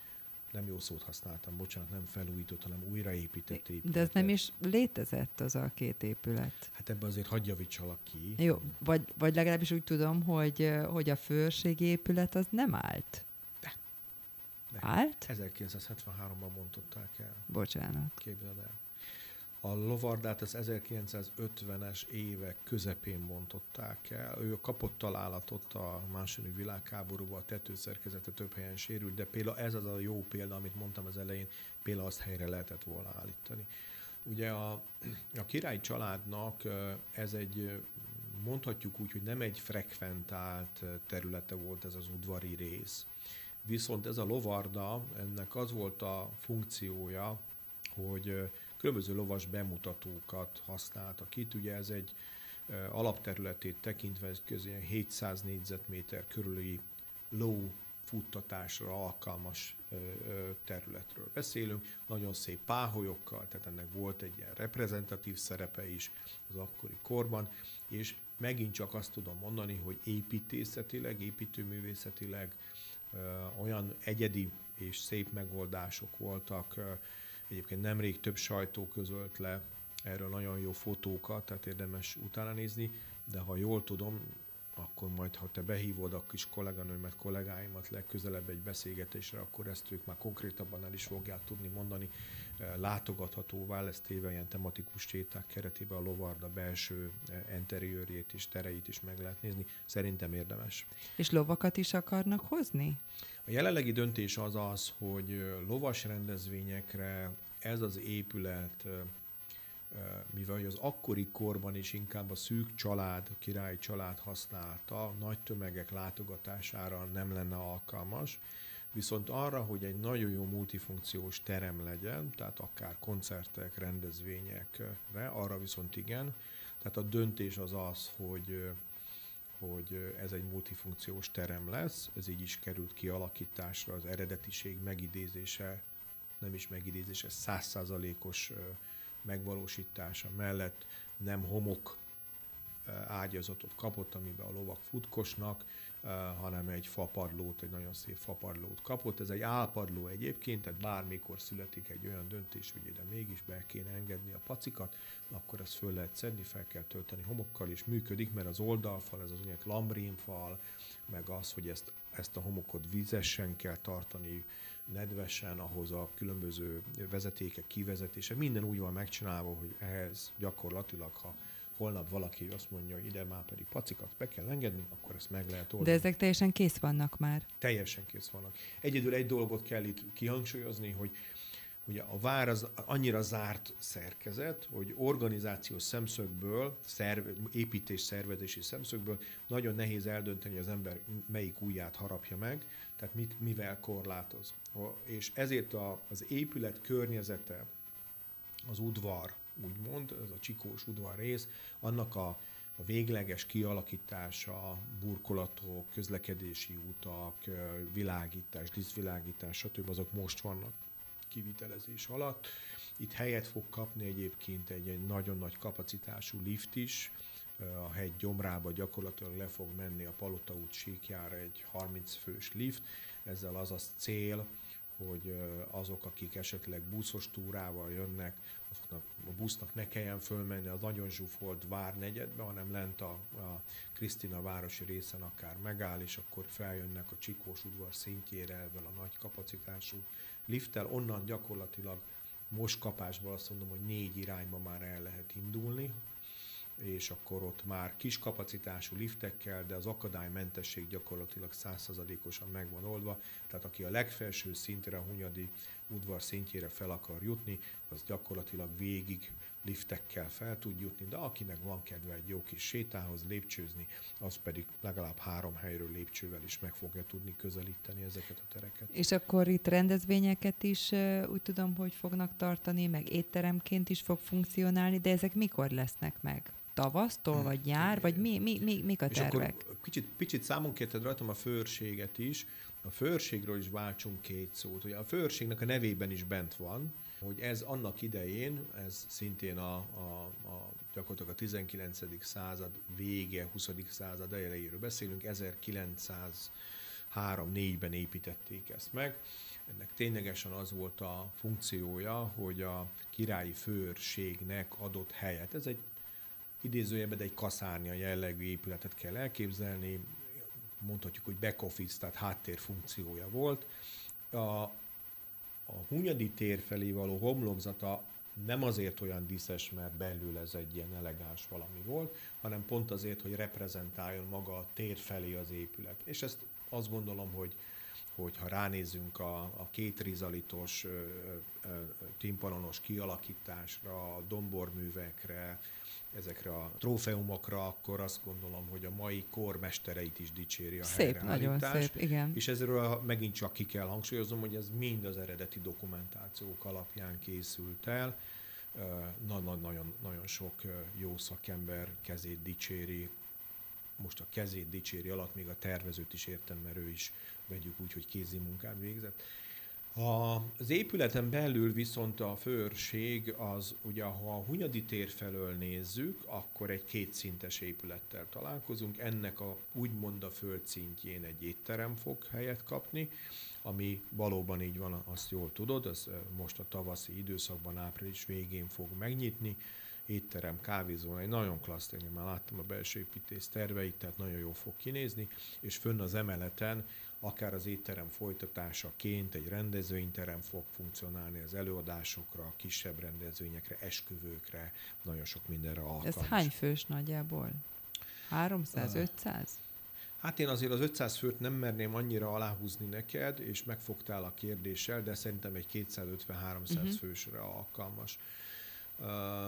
nem jó szót használtam, bocsánat, nem felújított, hanem újraépített épület. De ez nem is létezett az a két épület. Hát ebbe azért hadd javítsalak ki. Jó, vagy, vagy legalábbis úgy tudom, hogy, hogy a főőrségi épület az nem állt. De. De. Állt? ezerkilencszázhetvenháromban bontották el. Bocsánat. Képzeld el. A Lovardát az ezerkilencszázötvenes évek közepén bontották el. Ő kapott találatot a második világháborúban, a tetőszerkezete több helyen sérült, de például ez az a jó példa, amit mondtam az elején, például azt helyre lehetett volna állítani. Ugye a, a királyi családnak ez egy, mondhatjuk úgy, hogy nem egy frekventált területe volt ez az udvari rész. Viszont ez a lovarda, ennek az volt a funkciója, hogy különböző lovas bemutatókat használtak itt. Ugye ez egy alapterületét tekintve közé hétszáz négyzetméter körüli ló futtatásra alkalmas területről beszélünk. Nagyon szép páholyokkal, tehát ennek volt egy ilyen reprezentatív szerepe is az akkori korban, és megint csak azt tudom mondani, hogy építészetileg, építőművészetileg olyan egyedi és szép megoldások voltak. Egyébként nemrég több sajtó közölt le erről nagyon jó fotókat, tehát érdemes utána nézni, de ha jól tudom, akkor majd, ha te behívod a kis kolléganőmet, kollégáimat legközelebb egy beszélgetésre, akkor ezt ők már konkrétabban el is fogják tudni mondani. Látogathatóvá lesz téve ilyen tematikus séták keretében a Lovarda belső interiőrjét és tereit is meg lehet nézni. Szerintem érdemes. És lovakat is akarnak hozni? A jelenlegi döntés az az, hogy lovas rendezvényekre ez az épület, mivel az akkori korban is inkább a szűk család, a királyi család használta, nagy tömegek látogatására nem lenne alkalmas, viszont arra, hogy egy nagyon jó multifunkciós terem legyen, tehát akár koncertek, rendezvényekre, arra viszont igen. Tehát a döntés az az, hogy hogy ez egy multifunkciós terem lesz, ez így is került kialakításra, az eredetiség megidézése, nem is megidézése, száz százalékos megvalósítása mellett nem homok ágyazatot kapott, amiben a lovak futkosnak, hanem egy fapadlót, egy nagyon szép fapadlót kapott. Ez egy álpadló egyébként, tehát bármikor születik egy olyan döntés, hogy ide mégis be kéne engedni a pacikat, akkor ezt föl lehet szedni, fel kell tölteni homokkal, és működik, mert az oldalfal, ez az úgynevezett lambrénfal, meg az, hogy ezt, ezt a homokot vizesen kell tartani, nedvesen, ahhoz a különböző vezetékek kivezetése, minden úgy van megcsinálva, hogy ehhez gyakorlatilag, ha holnap valaki azt mondja, hogy ide már pedig pacikat be kell engedni, akkor ezt meg lehet oldani. De ezek teljesen kész vannak már. Teljesen kész vannak. Egyedül egy dolgot kell itt kihangsúlyozni, hogy ugye a vár az annyira zárt szerkezet, hogy organizációs szemszögből, szerve, építés szervezési szemszögből nagyon nehéz eldönteni, hogy az ember melyik ujját harapja meg, tehát mit, mivel korlátoz. És ezért a, az épület környezete, az udvar, úgymond, ez a csikós udvar rész, annak a, a végleges kialakítása, burkolatok, közlekedési utak, világítás, díszvilágítás, stb. Azok most vannak kivitelezés alatt. Itt helyet fog kapni egyébként egy, egy nagyon nagy kapacitású lift is, a hegy gyomrába gyakorlatilag le fog menni a Palota út síkjára egy harminc fős lift, ezzel az az cél, hogy azok, akik esetleg buszos túrával jönnek, azoknak a busznak ne kelljen fölmenni az nagyon zsúfolt várnegyedbe, hanem lent a, a Krisztina városi részen akár megáll, és akkor feljönnek a Csikós udvar szintjére ebben a nagy kapacitású lifttel. Onnan gyakorlatilag most kapásból azt mondom, hogy négy irányba már el lehet indulni, és akkor ott már kis kapacitású liftekkel, de az akadálymentesség gyakorlatilag száz százalékosan meg van oldva. Tehát aki a legfelső szintre, a Hunyadi udvar szintjére fel akar jutni, az gyakorlatilag végig liftekkel fel tud jutni, de akinek van kedve egy jó kis sétához lépcsőzni, az pedig legalább három helyről lépcsővel is meg fogja tudni közelíteni ezeket a tereket. És akkor itt rendezvényeket is úgy tudom, hogy fognak tartani, meg étteremként is fog funkcionálni, de ezek mikor lesznek meg? Tavasztól, vagy nyár, vagy mi, mi, mi, mik a tervek? És akkor kicsit, picit számon kérted rajtam a főőrséget is. A főőrségről is váltsunk két szót. Ugye a főőrségnek a nevében is bent van, hogy ez annak idején, ez szintén a, a, a gyakorlatilag a tizenkilencedik század vége, huszadik század elejéről beszélünk, ezerkilencszázhárom-négyben építették ezt meg. ennek ténylegesen az volt a funkciója, hogy a királyi főőrségnek adott helyet. Ez egy idézőjelben egy kaszárnya jellegű épületet kell elképzelni, mondhatjuk, hogy back office, tehát háttérfunkciója volt. A, a Hunyadi tér felé való homlokzata nem azért olyan díszes, mert belül ez egy ilyen elegáns valami volt, hanem pont azért, hogy reprezentáljon maga a tér felé az épület. És ezt azt gondolom, hogy, hogy ha ránézzünk a, a két rizalitos, ö, ö, timpanonos kialakításra, a domborművekre, ezekre a trófeumokra, akkor azt gondolom, hogy a mai kor mestereit is dicséri a szép, nagyon szép, igen. És ezről megint csak ki kell hangsúlyoznom, hogy ez mind az eredeti dokumentációk alapján készült el. Nagyon, nagyon sok jó szakember kezét dicséri, most a kezét dicséri alatt még a tervezőt is értem, mert ő is, vegyük úgy, hogy kézi munkát végzett. Az épületen belül viszont a főőrség az, ugye ha a Hunyadi tér felől nézzük, akkor egy kétszintes épülettel találkozunk. Ennek a úgymond a földszintjén egy étterem fog helyet kapni, ami valóban így van, azt jól tudod, az most a tavaszi időszakban, április végén fog megnyitni. Étterem, kávézóna, egy nagyon klassz, én már láttam a belső építész terveit, tehát nagyon jól fog kinézni, és fönn az emeleten akár az étterem folytatásaként egy rendezvényterem fog funkcionálni az előadásokra, kisebb rendezvényekre, esküvőkre, nagyon sok mindenre alkalmas. Ez hány fős nagyjából? háromszáz, ötszáz? Hát én azért az ötszáz főt nem merném annyira aláhúzni neked, és megfogtál a kérdéssel, de szerintem egy kétszázötven-háromszáz uh-huh. fősre alkalmas. Uh,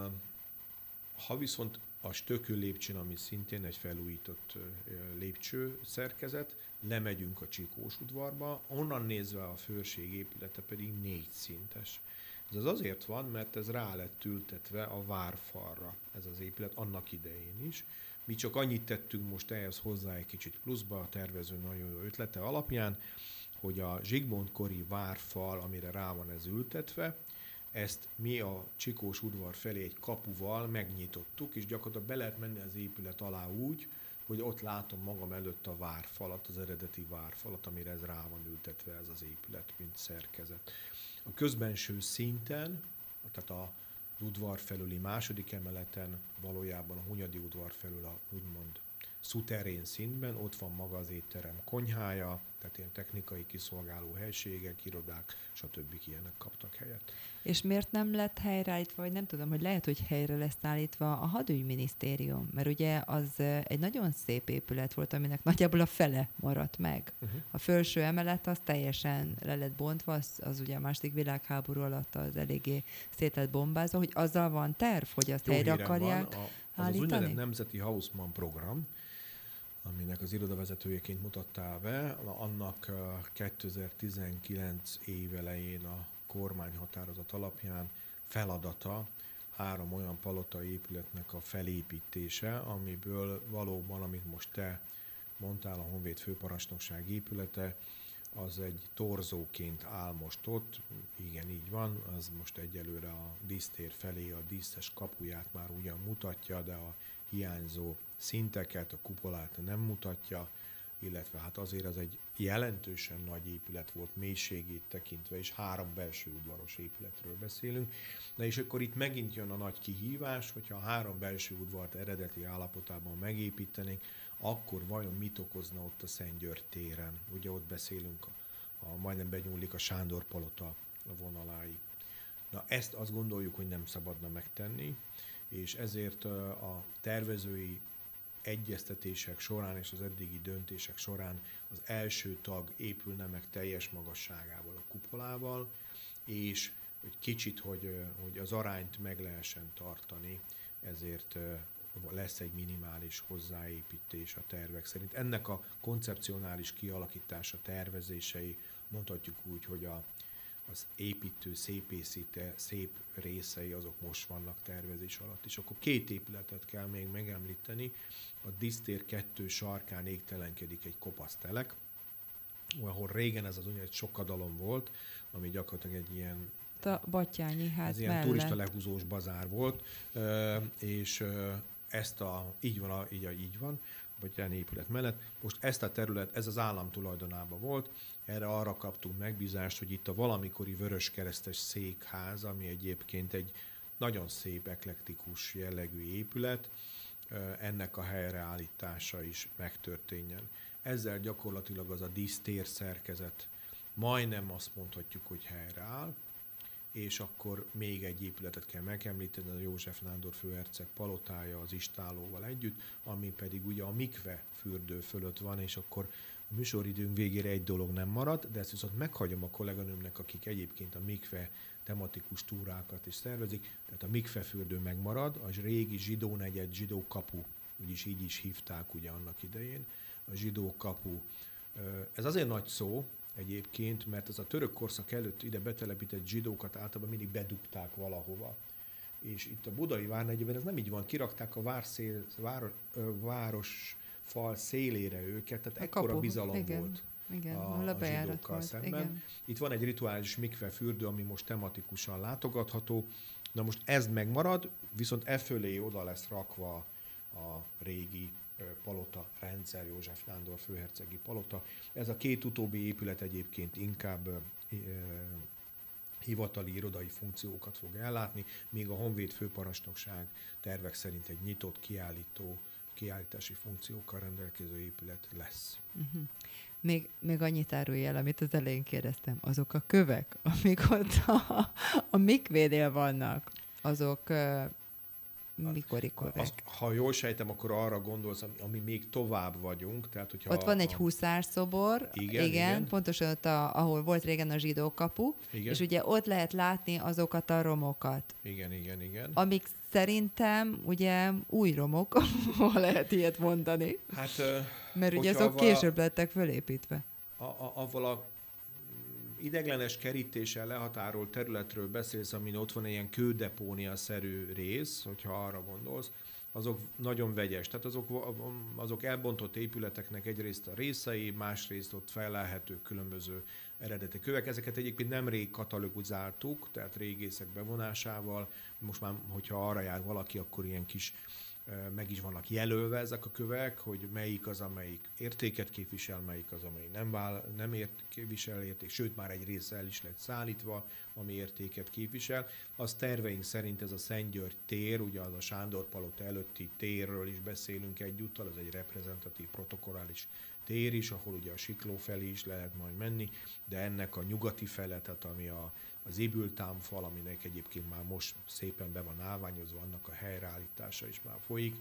ha viszont a Stöckő lépcsőn, ami szintén egy felújított lépcső szerkezet, lemegyünk a Csikós udvarba, onnan nézve a főőrség épülete pedig négy szintes. Ez az azért van, mert ez rá lett ültetve a várfalra, ez az épület, annak idején is. Mi csak annyit tettünk most ehhez hozzá egy kicsit pluszba, a tervező nagyon jó ötlete alapján, hogy a Zsigmond-kori várfal, amire rá van ez ültetve, ezt mi a Csikós udvar felé egy kapuval megnyitottuk, és gyakorlatilag be lehet menni az épület alá úgy, hogy ott látom magam előtt a várfalat, az eredeti várfalat, amire ez rá van ültetve ez az épület, mint szerkezet. A közbenső szinten, tehát a udvar felüli második emeleten, valójában a Hunyadi udvar felül a úgymond szuterén szintben, ott van maga az étterem konyhája, tehát ilyen technikai kiszolgáló helységek, irodák, stb. Ilyenek kaptak helyet. És miért nem lett helyreállítva, vagy nem tudom, hogy lehet, hogy helyre lesz állítva a hadügyminisztérium, mert ugye az egy nagyon szép épület volt, aminek nagyjából a fele maradt meg. Uh-huh. A felső emelet az teljesen le lett bontva, az, az ugye a második világháború alatt az eléggé szét lett bombázva, hogy azzal van terv, hogy azt jó helyre akarják van. A, az állítani? Az úgynevezett Nemzeti Hausmann program, aminek az irodavezetőjeként mutattál be, annak kétezer-tizenkilenc év elején a kormányhatározat alapján feladata három olyan palotai épületnek a felépítése, amiből valóban, amit most te mondtál, a Honvéd főparancsnokság épülete, az egy torzóként áll most ott, igen, így van, az most egyelőre a dísztér felé a díszes kapuját már ugyan mutatja, de a hiányzó szinteket, a kupolát nem mutatja, illetve hát azért az egy jelentősen nagy épület volt mélységét tekintve, és három belső udvaros épületről beszélünk. Na és akkor itt megint jön a nagy kihívás, hogyha a három belső udvart eredeti állapotában megépítenénk, akkor vajon mit okozna ott a Szent-György téren? Ugye ott beszélünk, a, a, majdnem benyúlik a Sándor palota vonaláig. Na ezt azt gondoljuk, hogy nem szabadna megtenni, és ezért a tervezői egyeztetések során és az eddigi döntések során az első tag épülne meg teljes magasságával a kupolával, és egy kicsit, hogy, hogy az arányt meg lehessen tartani, ezért lesz egy minimális hozzáépítés a tervek szerint. Ennek a koncepcionális kialakítása, tervezései, mondhatjuk úgy, hogy a az építő, szépészítő, szép részei azok most vannak tervezés alatt. És akkor két épületet kell még megemlíteni. A dísztér kettő sarkán égtelenkedik egy kopasztelek, ahol régen ez az úgynevezett sokkadalom volt, ami gyakorlatilag egy ilyen a Batthyány ház ez ilyen mellett. turista lehúzós bazár volt, és ezt a, így van, így, így van, vagy jelen épület mellett. Most ezt a terület, ez az állam tulajdonában volt, erre arra kaptunk megbízást, hogy itt a valamikori vöröskeresztes székház, ami egyébként egy nagyon szép, eklektikus jellegű épület, ennek a helyreállítása is megtörténjen. Ezzel gyakorlatilag az a dísztér szerkezet majdnem azt mondhatjuk, hogy helyreáll, és akkor még egy épületet kell megemlíteni, a József Nándor főherceg palotája az istállóval együtt, ami pedig ugye a mikve fürdő fölött van, és akkor a műsoridőnk végére egy dolog nem marad, de ezt viszont meghagyom a kolléganőmnek, akik egyébként a mikve tematikus túrákat is szervezik, tehát a mikve fürdő megmarad, a régi zsidó negyed, zsidó kapu, úgyis így is hívták ugye annak idején, a zsidó kapu. Ez azért nagy szó egyébként, mert ez a török korszak előtt ide betelepített zsidókat általában mindig bedugták valahova. És itt a budai várnegyedben ez nem így van, kirakták a várszél, város, város fal szélére őket, tehát ekkora bizalom igen, volt igen, a, a zsidókkal volt, szemben. Igen. Itt van egy rituális mikve fürdő, ami most tematikusan látogatható. Na most ez megmarad, viszont e fölé oda lesz rakva a régi palota rendszer, József Nándor főhercegi palota. Ez a két utóbbi épület egyébként inkább e, hivatali irodai funkciókat fog ellátni, míg a Honvéd főparancsnokság tervek szerint egy nyitott kiállító, kiállítási funkciókkal rendelkező épület lesz. Uh-huh. Még, még annyit árulj el, amit az elején kérdeztem, azok a kövek, amik ott a, a mikvénél vannak, azok uh, mikori kövek? Az, ha jól sejtem, akkor arra gondolsz, ami, ami még tovább vagyunk. Tehát, hogyha ott van a, egy huszárszobor, igen, igen, igen. pontosan ott, a, ahol volt régen a zsidó kapu, igen. és ugye ott lehet látni azokat a romokat. Igen, igen, igen. Amik szerintem ugye új romok, ha lehet ilyet mondani. Hát, mert ugye azok avval később lettek fölépítve. A, a, avval a ideglenes kerítéssel lehatárolt területről beszélsz, amin ott van egy ilyen kődepónia-szerű rész, hogyha arra gondolsz, azok nagyon vegyes. Tehát azok, azok elbontott épületeknek egyrészt a részei, másrészt ott fellelhető különböző eredeti kövek. Ezeket egyébként nemrég katalogizáltuk, tehát régészek bevonásával. Most már, hogyha arra jár valaki, akkor ilyen kis meg is vannak jelölve ezek a kövek, hogy melyik az, amelyik értéket képvisel, melyik az, amelyik nem, vál, nem ért, képvisel érték, sőt már egy része el is lett szállítva, ami értéket képvisel. Az terveink szerint ez a Szentgyörgy tér, ugye az a Sándor palota előtti térről is beszélünk egyúttal, ez egy reprezentatív protokollális tér is, ahol ugye a Sikló felé is lehet majd menni, de ennek a nyugati fele, tehát ami a az ébültámfal, aminek egyébként már most szépen be van állványozva, annak a helyreállítása is már folyik.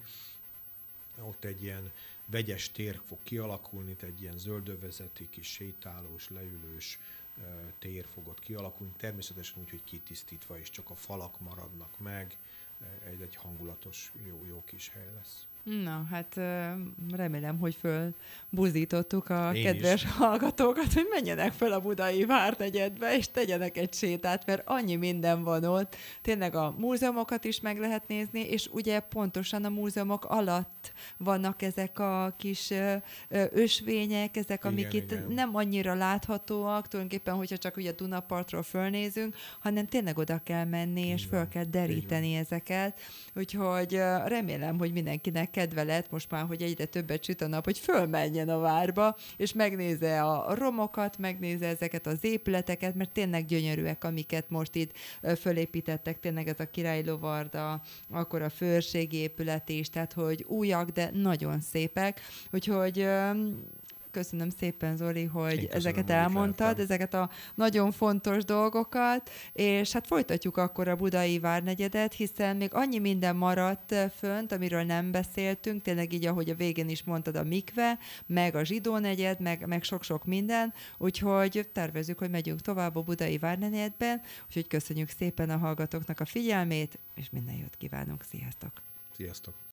Ott egy ilyen vegyes tér fog kialakulni, egy ilyen zöldövezeti, kis sétálós, leülős uh, tér fog ott kialakulni, természetesen úgy, hogy kitisztítva, és csak a falak maradnak meg. Ez egy hangulatos, jó, jó kis hely lesz. Na, hát remélem, hogy fölbuzítottuk a Én kedves is. hallgatókat, hogy menjenek fel a budai várnegyedbe, és tegyenek egy sétát, mert annyi minden van ott. Tényleg a múzeumokat is meg lehet nézni, és ugye pontosan a múzeumok alatt vannak ezek a kis ösvények, ezek, amik igen, itt igen. nem annyira láthatóak, tulajdonképpen, hogyha csak ugye a Dunapartról fölnézünk, hanem tényleg oda kell menni, és Így föl van, kell deríteni ezeket. Úgyhogy remélem, hogy mindenkinek kedve lett most már, hogy egyre többet süt a nap, hogy fölmenjen a várba, és megnézze a romokat, megnézze ezeket az épületeket, mert tényleg gyönyörűek, amiket most itt fölépítettek, tényleg ez a királylovarda, akkor a főrségi épület is, tehát hogy újak, de nagyon szépek. Úgyhogy köszönöm szépen, Zoli, hogy köszönöm, ezeket elmondtad, ezeket a nagyon fontos dolgokat, és hát folytatjuk akkor a budai várnegyedet, hiszen még annyi minden maradt fönt, amiről nem beszéltünk, tényleg így, ahogy a végén is mondtad, a mikve, meg a zsidó negyed, meg, meg sok-sok minden, úgyhogy tervezzük, hogy megyünk tovább a budai várnegyedben, úgyhogy köszönjük szépen a hallgatóknak a figyelmét, és minden jót kívánunk, sziasztok! Sziasztok!